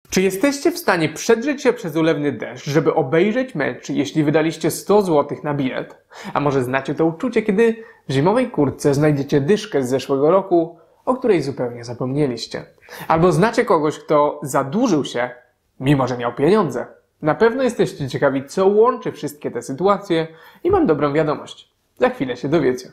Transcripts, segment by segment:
Czy jesteście w stanie przedrzeć się przez ulewny deszcz, żeby obejrzeć mecz, jeśli wydaliście 100 zł na bilet? A może znacie to uczucie, kiedy w zimowej kurtce znajdziecie dyszkę z zeszłego roku, o której zupełnie zapomnieliście? Albo znacie kogoś, kto zadłużył się, mimo że miał pieniądze? Na pewno jesteście ciekawi, co łączy wszystkie te sytuacje i mam dobrą wiadomość. Za chwilę się dowiecie.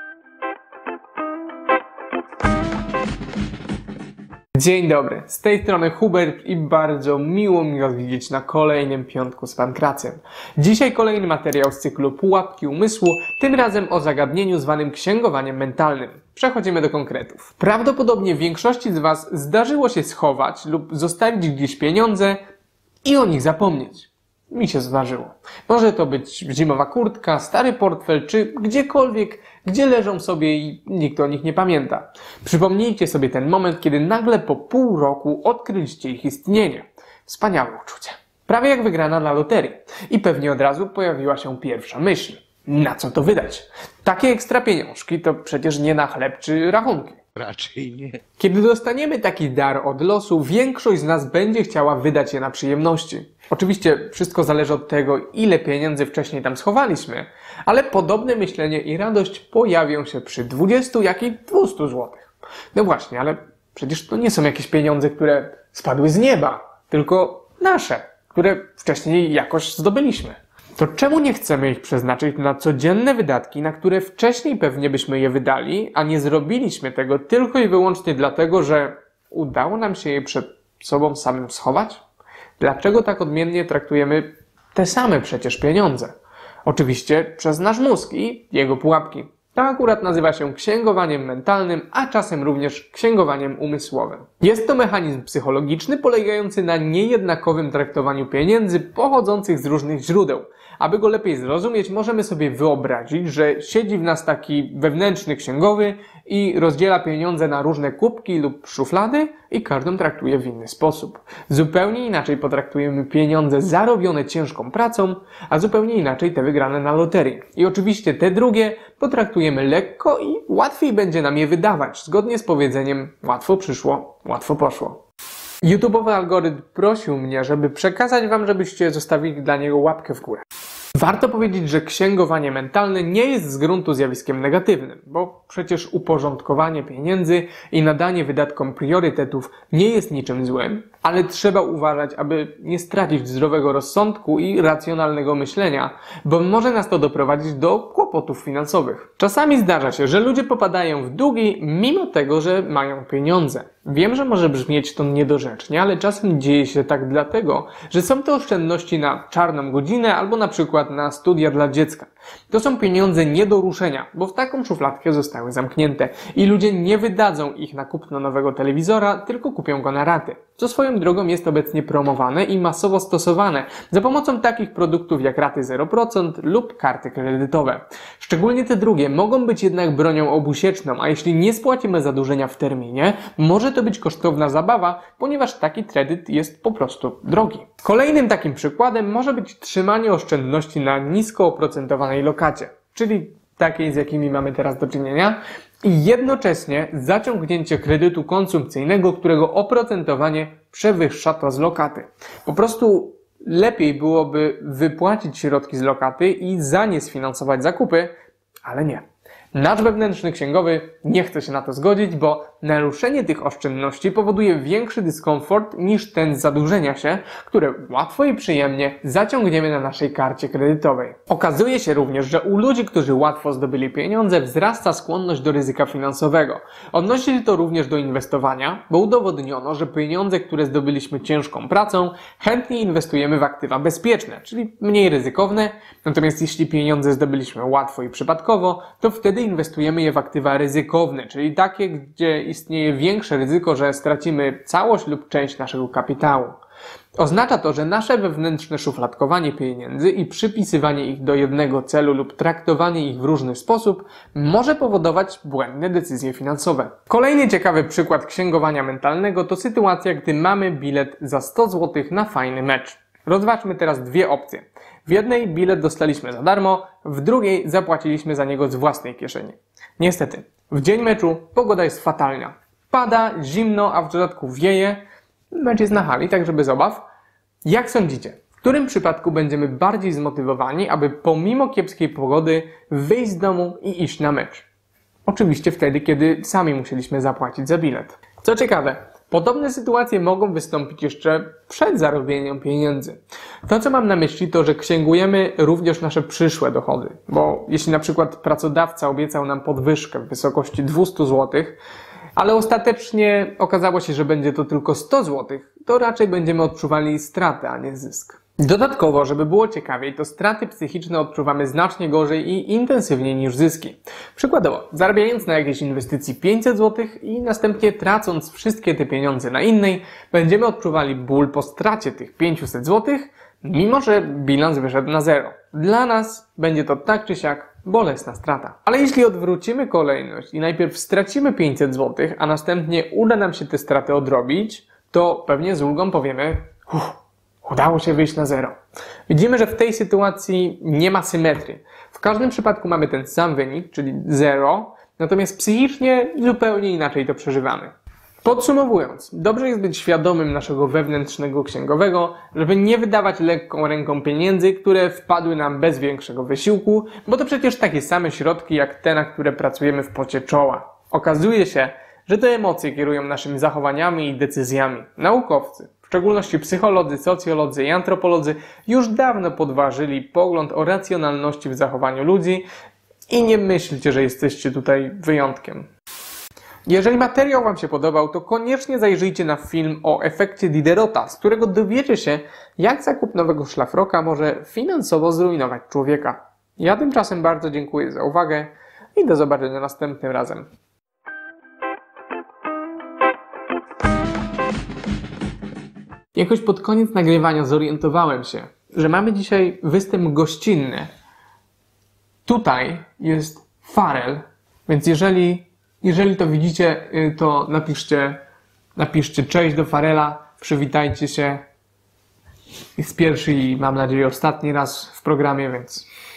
Dzień dobry, z tej strony Hubert i bardzo miło mi Was widzieć na kolejnym piątku z Pankracjem. Dzisiaj kolejny materiał z cyklu Pułapki umysłu, tym razem o zagadnieniu zwanym księgowaniem mentalnym. Przechodzimy do konkretów. Prawdopodobnie większości z Was zdarzyło się schować lub zostawić gdzieś pieniądze i o nich zapomnieć. Mi się zdarzyło. Może to być zimowa kurtka, stary portfel, czy gdziekolwiek, gdzie leżą sobie i nikt o nich nie pamięta. Przypomnijcie sobie ten moment, kiedy nagle po pół roku odkryliście ich istnienie. Wspaniałe uczucie. Prawie jak wygrana na loterii. I pewnie od razu pojawiła się pierwsza myśl. Na co to wydać? Takie ekstra pieniążki to przecież nie na chleb czy rachunki. Raczej nie. Kiedy dostaniemy taki dar od losu, większość z nas będzie chciała wydać je na przyjemności. Oczywiście wszystko zależy od tego, ile pieniędzy wcześniej tam schowaliśmy, ale podobne myślenie i radość pojawią się przy 20, jak i 200 zł. No właśnie, ale przecież to nie są jakieś pieniądze, które spadły z nieba, tylko nasze, które wcześniej jakoś zdobyliśmy. To czemu nie chcemy ich przeznaczyć na codzienne wydatki, na które wcześniej pewnie byśmy je wydali, a nie zrobiliśmy tego tylko i wyłącznie dlatego, że udało nam się je przed sobą samym schować? Dlaczego tak odmiennie traktujemy te same przecież pieniądze? Oczywiście przez nasz mózg i jego pułapki. To akurat nazywa się księgowaniem mentalnym, a czasem również księgowaniem umysłowym. Jest to mechanizm psychologiczny polegający na niejednakowym traktowaniu pieniędzy pochodzących z różnych źródeł. Aby go lepiej zrozumieć, możemy sobie wyobrazić, że siedzi w nas taki wewnętrzny księgowy i rozdziela pieniądze na różne kubki lub szuflady i każdą traktuje w inny sposób. Zupełnie inaczej potraktujemy pieniądze zarobione ciężką pracą, a zupełnie inaczej te wygrane na loterii. I oczywiście te drugie potraktujemy lekko i łatwiej będzie nam je wydawać, zgodnie z powiedzeniem łatwo przyszło, łatwo poszło. YouTube'owy algorytm prosił mnie, żeby przekazać Wam, żebyście zostawili dla niego łapkę w górę. Warto powiedzieć, że księgowanie mentalne nie jest z gruntu zjawiskiem negatywnym, bo przecież uporządkowanie pieniędzy i nadanie wydatkom priorytetów nie jest niczym złym, ale trzeba uważać, aby nie stracić zdrowego rozsądku i racjonalnego myślenia, bo może nas to doprowadzić do kłopotów finansowych. Czasami zdarza się, że ludzie popadają w długi mimo tego, że mają pieniądze. Wiem, że może brzmieć to niedorzecznie, ale czasem dzieje się tak dlatego, że są to oszczędności na czarną godzinę albo na przykład na studia dla dziecka. To są pieniądze nie do ruszenia, bo w taką szufladkę zostały zamknięte i ludzie nie wydadzą ich na kupno nowego telewizora, tylko kupią go na raty. Co swoją drogą jest obecnie promowane i masowo stosowane za pomocą takich produktów jak raty 0% lub karty kredytowe. Szczególnie te drugie mogą być jednak bronią obusieczną, a jeśli nie spłacimy zadłużenia w terminie, może to być kosztowna zabawa, ponieważ taki kredyt jest po prostu drogi. Kolejnym takim przykładem może być trzymanie oszczędności na nisko oprocentowanej lokacie, czyli takiej, z jakimi mamy teraz do czynienia, i jednocześnie zaciągnięcie kredytu konsumpcyjnego, którego oprocentowanie przewyższa to z lokaty. Po prostu lepiej byłoby wypłacić środki z lokaty i za nie sfinansować zakupy, ale nie. Nasz wewnętrzny księgowy nie chce się na to zgodzić, bo naruszenie tych oszczędności powoduje większy dyskomfort niż ten z zadłużenia się, które łatwo i przyjemnie zaciągniemy na naszej karcie kredytowej. Okazuje się również, że u ludzi, którzy łatwo zdobyli pieniądze, wzrasta skłonność do ryzyka finansowego. Odnosi się to również do inwestowania, bo udowodniono, że pieniądze, które zdobyliśmy ciężką pracą, chętnie inwestujemy w aktywa bezpieczne, czyli mniej ryzykowne, natomiast jeśli pieniądze zdobyliśmy łatwo i przypadkowo, to wtedy inwestujemy je w aktywa ryzykowne, czyli takie, gdzie istnieje większe ryzyko, że stracimy całość lub część naszego kapitału. Oznacza to, że nasze wewnętrzne szufladkowanie pieniędzy i przypisywanie ich do jednego celu lub traktowanie ich w różny sposób może powodować błędne decyzje finansowe. Kolejny ciekawy przykład księgowania mentalnego to sytuacja, gdy mamy bilet za 100 zł na fajny mecz. Rozważmy teraz dwie opcje. W jednej bilet dostaliśmy za darmo, w drugiej zapłaciliśmy za niego z własnej kieszeni. Niestety, w dzień meczu pogoda jest fatalna. Pada, zimno, a w dodatku wieje Mecz jest na hali, także bez obaw. Jak sądzicie, w którym przypadku będziemy bardziej zmotywowani, aby pomimo kiepskiej pogody wyjść z domu i iść na mecz? Oczywiście wtedy, kiedy sami musieliśmy zapłacić za bilet. Co ciekawe, podobne sytuacje mogą wystąpić jeszcze przed zarobieniem pieniędzy. To, co mam na myśli, to, że księgujemy również nasze przyszłe dochody. Bo jeśli na przykład pracodawca obiecał nam podwyżkę w wysokości 200 zł, ale ostatecznie okazało się, że będzie to tylko 100 zł, to raczej będziemy odczuwali stratę, a nie zysk. Dodatkowo, żeby było ciekawiej, to straty psychiczne odczuwamy znacznie gorzej i intensywniej niż zyski. Przykładowo, zarabiając na jakiejś inwestycji 500 zł i następnie tracąc wszystkie te pieniądze na innej, będziemy odczuwali ból po stracie tych 500 zł, mimo że bilans wyszedł na zero. Dla nas będzie to tak czy siak bolesna strata. Ale jeśli odwrócimy kolejność i najpierw stracimy 500 zł, a następnie uda nam się te straty odrobić, to pewnie z ulgą powiemy: udało się wyjść na zero. Widzimy, że w tej sytuacji nie ma symetrii. W każdym przypadku mamy ten sam wynik, czyli zero, natomiast psychicznie zupełnie inaczej to przeżywamy. Podsumowując, dobrze jest być świadomym naszego wewnętrznego księgowego, żeby nie wydawać lekką ręką pieniędzy, które wpadły nam bez większego wysiłku, bo to przecież takie same środki jak te, na które pracujemy w pocie czoła. Okazuje się, że to emocje kierują naszymi zachowaniami i decyzjami. Naukowcy, w szczególności psycholodzy, socjolodzy i antropolodzy, już dawno podważyli pogląd o racjonalności w zachowaniu ludzi i nie myślcie, że jesteście tutaj wyjątkiem. Jeżeli materiał Wam się podobał, to koniecznie zajrzyjcie na film o efekcie Diderota, z którego dowiecie się, jak zakup nowego szlafroka może finansowo zrujnować człowieka. Ja tymczasem bardzo dziękuję za uwagę i do zobaczenia następnym razem. Jakoś pod koniec nagrywania zorientowałem się, że mamy dzisiaj występ gościnny. Tutaj jest Farel, więc jeżeli to widzicie, to napiszcie cześć do Farela, przywitajcie się. Jest pierwszy i mam nadzieję ostatni raz w programie, więc